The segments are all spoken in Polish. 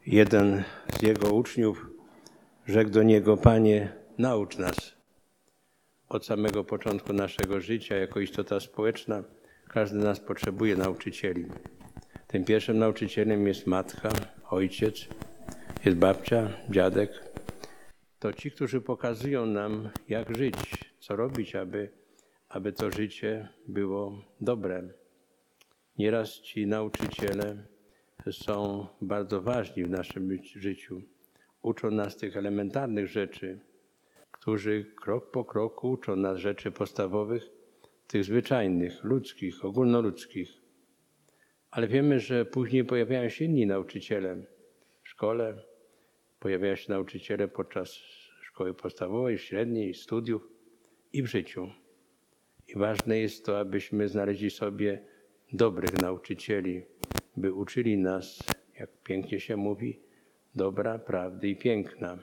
Jeden z jego uczniów rzekł do niego: Panie, naucz nas. Od samego początku naszego życia, jako istota społeczna, każdy z nas potrzebuje nauczycieli. Tym pierwszym nauczycielem jest matka, ojciec, jest babcia, dziadek. To ci, którzy pokazują nam, jak żyć, co robić, aby to życie było dobre. Nieraz ci nauczyciele są bardzo ważni w naszym życiu. Uczą nas tych elementarnych rzeczy, którzy krok po kroku uczą nas rzeczy podstawowych, tych zwyczajnych, ludzkich, ogólnoludzkich. Ale wiemy, że później pojawiają się inni nauczyciele w szkole, pojawiają się nauczyciele podczas szkoły podstawowej, średniej, studiów i w życiu. I ważne jest to, abyśmy znaleźli sobie dobrych nauczycieli, by uczyli nas, jak pięknie się mówi, dobra, prawdy i piękna.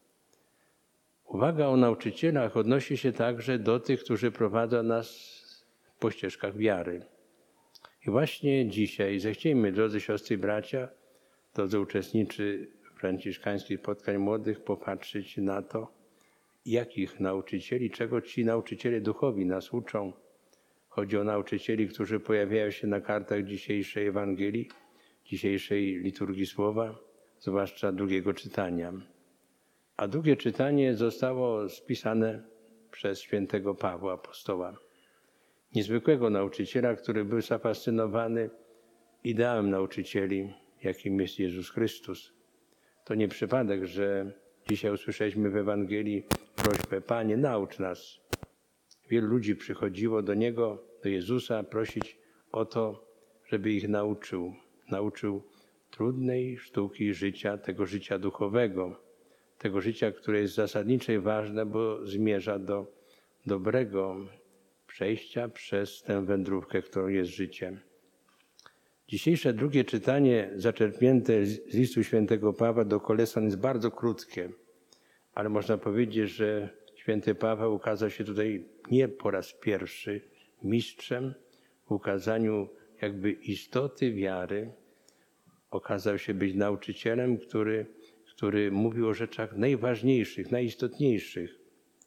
Uwaga o nauczycielach odnosi się także do tych, którzy prowadzą nas po ścieżkach wiary. I właśnie dzisiaj zechciejmy, drodzy siostry i bracia, drodzy uczestnicy franciszkańskich spotkań młodych, popatrzeć na to, jakich nauczycieli, czego ci nauczyciele duchowi nas uczą. Chodzi o nauczycieli, którzy pojawiają się na kartach dzisiejszej Ewangelii, dzisiejszej liturgii słowa, zwłaszcza drugiego czytania. A drugie czytanie zostało spisane przez świętego Pawła apostoła. Niezwykłego nauczyciela, który był zafascynowany ideałem nauczycieli, jakim jest Jezus Chrystus. To nie przypadek, że dzisiaj usłyszeliśmy w Ewangelii prośbę: Panie, naucz nas. Wielu ludzi przychodziło do Niego, do Jezusa, prosić o to, żeby ich nauczył. Nauczył trudnej sztuki życia, tego życia duchowego, tego życia, które jest zasadnicze i ważne, bo zmierza do dobrego przejścia przez tę wędrówkę, którą jest życie. Dzisiejsze drugie czytanie zaczerpnięte z listu świętego Pawła do Kolosan jest bardzo krótkie, ale można powiedzieć, że święty Paweł ukazał się tutaj nie po raz pierwszy mistrzem w ukazaniu jakby istoty wiary. Okazał się być nauczycielem, który mówił o rzeczach najważniejszych, najistotniejszych.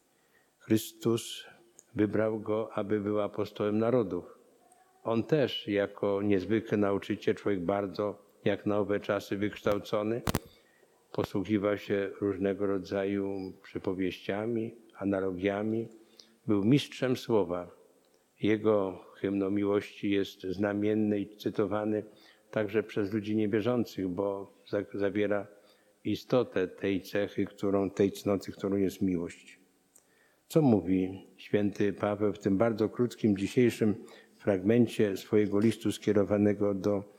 Chrystus wybrał go, aby był apostołem narodów. On też jako niezwykły nauczyciel, człowiek bardzo, jak na owe czasy, wykształcony, posługiwał się różnego rodzaju przypowieściami, analogiami. Był mistrzem słowa. Jego hymn o miłości jest znamienny i cytowany także przez ludzi niewierzących, bo zawiera istotę tej cechy, tej cnoty, którą jest miłość. Co mówi święty Paweł w tym bardzo krótkim dzisiejszym fragmencie swojego listu skierowanego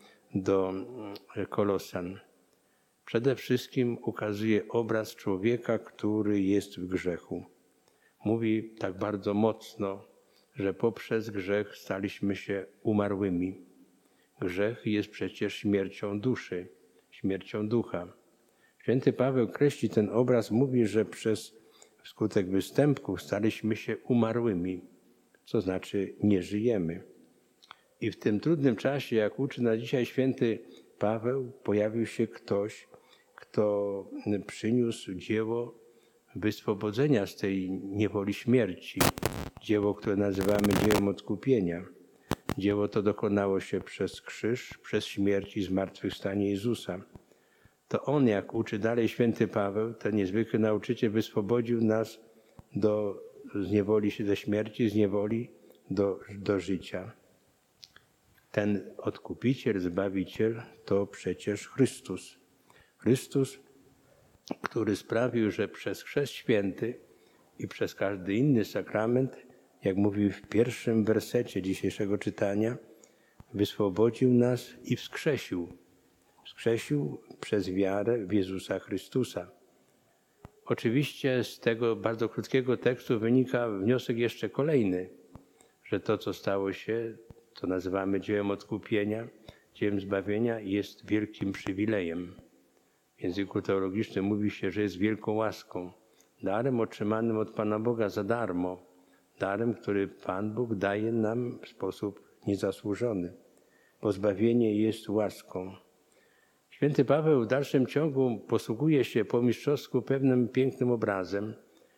do Kolosan? Przede wszystkim ukazuje obraz człowieka, który jest w grzechu. Mówi tak bardzo mocno, że poprzez grzech staliśmy się umarłymi. Grzech jest przecież śmiercią duszy, śmiercią ducha. Święty Paweł kreśli ten obraz, mówi, że wskutek występków staliśmy się umarłymi, co znaczy nie żyjemy. I w tym trudnym czasie, jak uczy nas dzisiaj święty Paweł, pojawił się ktoś, kto przyniósł dzieło wyswobodzenia z tej niewoli śmierci. Dzieło, które nazywamy dziełem odkupienia. Dzieło to dokonało się przez krzyż, przez śmierć i zmartwychwstanie Jezusa. To On, jak uczy dalej święty Paweł, ten niezwykły nauczyciel, wyswobodził nas z niewoli, ze śmierci, z niewoli do życia. Ten odkupiciel, zbawiciel to przecież Chrystus. Chrystus, który sprawił, że przez chrzest święty i przez każdy inny sakrament, jak mówi w pierwszym wersecie dzisiejszego czytania, wyswobodził nas i wskrzesił. Wskrzesił przez wiarę w Jezusa Chrystusa. Oczywiście z tego bardzo krótkiego tekstu wynika wniosek jeszcze kolejny, że to, co stało się, to nazywamy dziełem odkupienia, dziełem zbawienia, jest wielkim przywilejem. W języku teologicznym mówi się, że jest wielką łaską, darem otrzymanym od Pana Boga za darmo, darem, który Pan Bóg daje nam w sposób niezasłużony. Bo zbawienie jest łaską. Święty Paweł w dalszym ciągu posługuje się po mistrzowsku pewnym pięknym obrazem,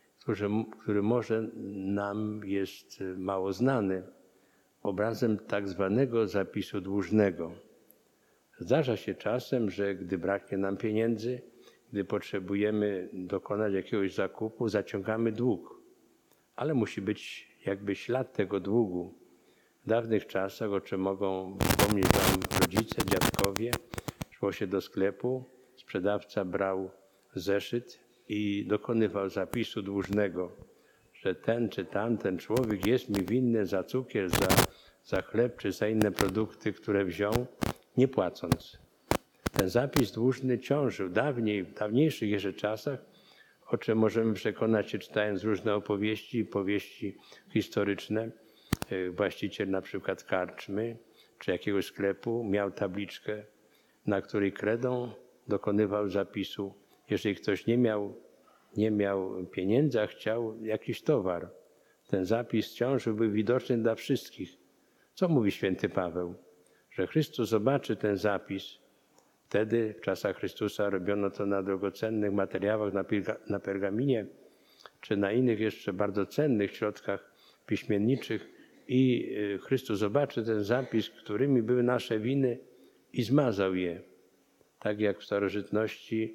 który może nam jest mało znany. Obrazem tak zwanego zapisu dłużnego. Zdarza się czasem, że gdy braknie nam pieniędzy, gdy potrzebujemy dokonać jakiegoś zakupu, zaciągamy dług. Ale musi być jakby ślad tego długu. W dawnych czasach, o czym mogą wspomnieć wam rodzice, dziadkowie, szło się do sklepu, sprzedawca brał zeszyt i dokonywał zapisu dłużnego, że ten czy tamten człowiek jest mi winny za cukier, za chleb czy za inne produkty, które wziął, nie płacąc. Ten zapis dłużny ciążył w dawniejszych jeszcze czasach, o czym możemy przekonać się czytając różne opowieści i powieści historyczne. Właściciel na przykład karczmy czy jakiegoś sklepu miał tabliczkę, na której kredą dokonywał zapisu. Jeżeli ktoś nie miał pieniędzy, a chciał jakiś towar, ten zapis ciążył, był widoczny dla wszystkich. Co mówi święty Paweł? Że Chrystus zobaczy ten zapis. Wtedy w czasach Chrystusa robiono to na drogocennych materiałach, na pergaminie, czy na innych jeszcze bardzo cennych środkach piśmienniczych i Chrystus zobaczy ten zapis, którymi były nasze winy i zmazał je. Tak jak w starożytności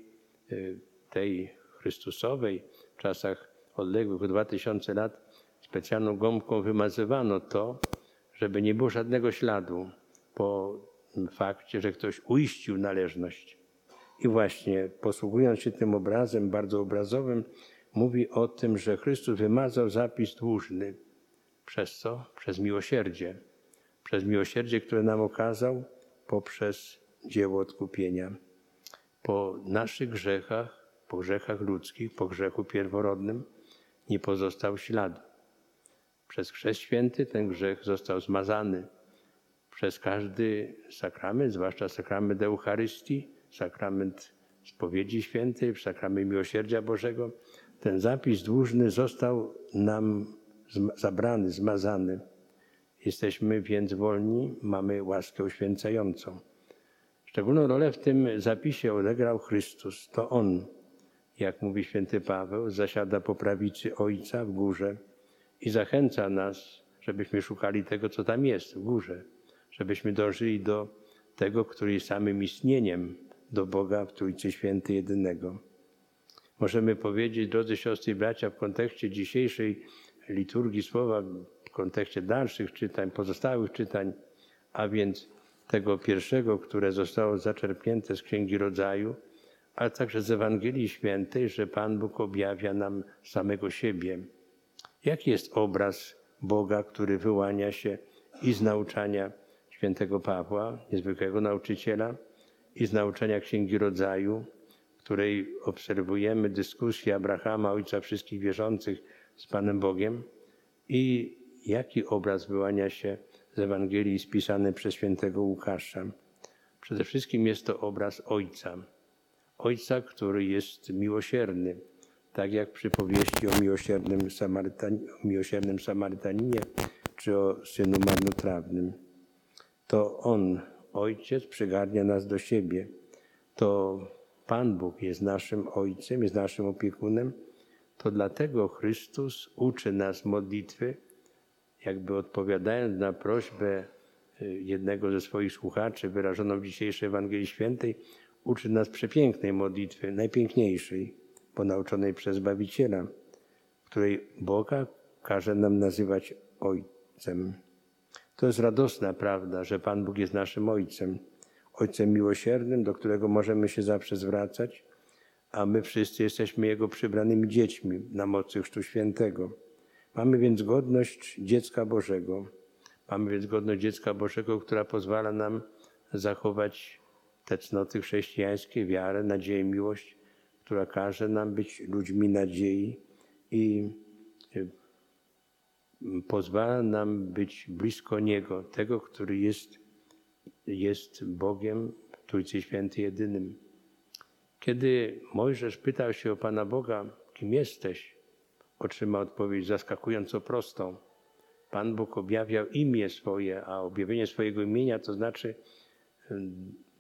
tej Chrystusowej, w czasach odległych 2000 lat, specjalną gąbką wymazywano to, żeby nie było żadnego śladu po fakcie, że ktoś uiścił należność. I właśnie posługując się tym obrazem, bardzo obrazowym, mówi o tym, że Chrystus wymazał zapis dłużny. Przez co? Przez miłosierdzie. Przez miłosierdzie, które nam okazał poprzez dzieło odkupienia. Po naszych grzechach, po grzechach ludzkich, po grzechu pierworodnym nie pozostał śladu. Przez Chrzest Święty ten grzech został zmazany. Przez każdy sakrament, zwłaszcza sakrament Eucharystii, sakrament spowiedzi świętej, sakrament miłosierdzia Bożego, ten zapis dłużny został nam zabrany, zmazany. Jesteśmy więc wolni, mamy łaskę uświęcającą. Szczególną rolę w tym zapisie odegrał Chrystus. To On, jak mówi święty Paweł, zasiada po prawicy Ojca w górze i zachęca nas, żebyśmy szukali tego, co tam jest w górze, żebyśmy dążyli do tego, który jest samym istnieniem, do Boga w Trójcy Świętej Jedynego. Możemy powiedzieć, drodzy siostry i bracia, w kontekście dzisiejszej liturgii słowa, w kontekście dalszych czytań, pozostałych czytań, a więc tego pierwszego, które zostało zaczerpnięte z Księgi Rodzaju, ale także z Ewangelii Świętej, że Pan Bóg objawia nam samego siebie. Jaki jest obraz Boga, który wyłania się i z nauczania świętego Pawła, niezwykłego nauczyciela, i z nauczania Księgi Rodzaju, w której obserwujemy dyskusję Abrahama, ojca wszystkich wierzących z Panem Bogiem, i jaki obraz wyłania się z Ewangelii spisany przez świętego Łukasza. Przede wszystkim jest to obraz Ojca. Ojca, który jest miłosierny, tak jak przy powieści o miłosiernym Samarytaninie czy o synu marnotrawnym. To On, Ojciec, przygarnia nas do siebie. To Pan Bóg jest naszym Ojcem, jest naszym opiekunem. To dlatego Chrystus uczy nas modlitwy, jakby odpowiadając na prośbę jednego ze swoich słuchaczy wyrażoną w dzisiejszej Ewangelii Świętej, uczy nas przepięknej modlitwy, najpiękniejszej, bo nauczonej przez Zbawiciela, w której Boga każe nam nazywać Ojcem. To jest radosna prawda, że Pan Bóg jest naszym Ojcem, Ojcem miłosiernym, do którego możemy się zawsze zwracać, a my wszyscy jesteśmy Jego przybranymi dziećmi na mocy Chrztu Świętego. Mamy więc godność dziecka Bożego. Mamy więc godność dziecka Bożego, która pozwala nam zachować te cnoty chrześcijańskie, wiarę, nadzieję, miłość, która każe nam być ludźmi nadziei i pozwala nam być blisko Niego, tego, który jest Bogiem w Trójcy Świętej Jedynym. Kiedy Mojżesz pytał się o Pana Boga, kim jesteś, otrzymał odpowiedź zaskakująco prostą. Pan Bóg objawiał imię swoje, a objawienie swojego imienia to znaczy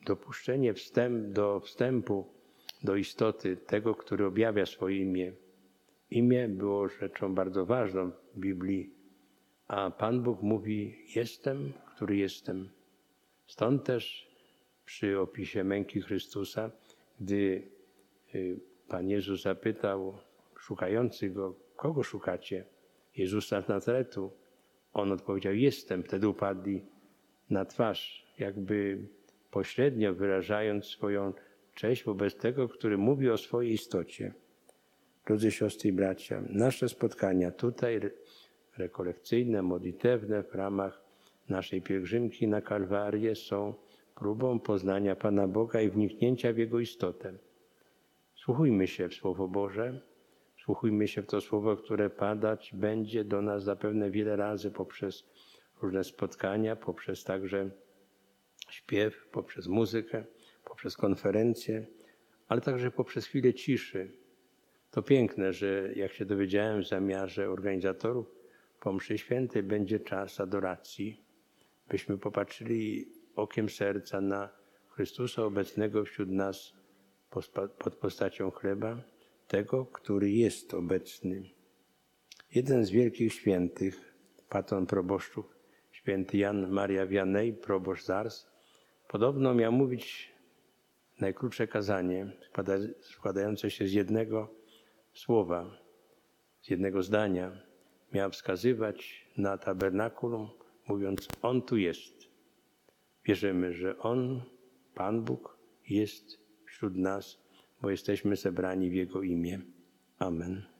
dopuszczenie do wstępu do istoty tego, który objawia swoje imię. Imię było rzeczą bardzo ważną w Biblii, a Pan Bóg mówi: jestem, który jestem. Stąd też przy opisie męki Chrystusa, gdy Pan Jezus zapytał szukających Go: kogo szukacie? Jezusa z Nazaretu. On odpowiedział: jestem. Wtedy upadli na twarz, jakby pośrednio wyrażając swoją cześć wobec tego, który mówi o swojej istocie. Drodzy siostry i bracia, nasze spotkania tutaj rekolekcyjne, modlitewne w ramach naszej pielgrzymki na Kalwarię są próbą poznania Pana Boga i wniknięcia w Jego istotę. Wsłuchujmy się w Słowo Boże, wsłuchujmy się w to Słowo, które padać będzie do nas zapewne wiele razy poprzez różne spotkania, poprzez także śpiew, poprzez muzykę, poprzez konferencje, ale także poprzez chwilę ciszy. To piękne, że jak się dowiedziałem w zamiarze organizatorów, po mszy świętej będzie czas adoracji, byśmy popatrzyli okiem serca na Chrystusa obecnego wśród nas pod postacią chleba, tego, który jest obecny. Jeden z wielkich świętych, patron proboszczów, święty Jan Maria Vianney, proboszcz z Ars, podobno miał mówić najkrótsze kazanie, składające się z jednego słowa, z jednego zdania. Miał wskazywać na tabernakulum, mówiąc: on tu jest. Wierzymy, że On, Pan Bóg, jest wśród nas, bo jesteśmy zebrani w Jego imię. Amen.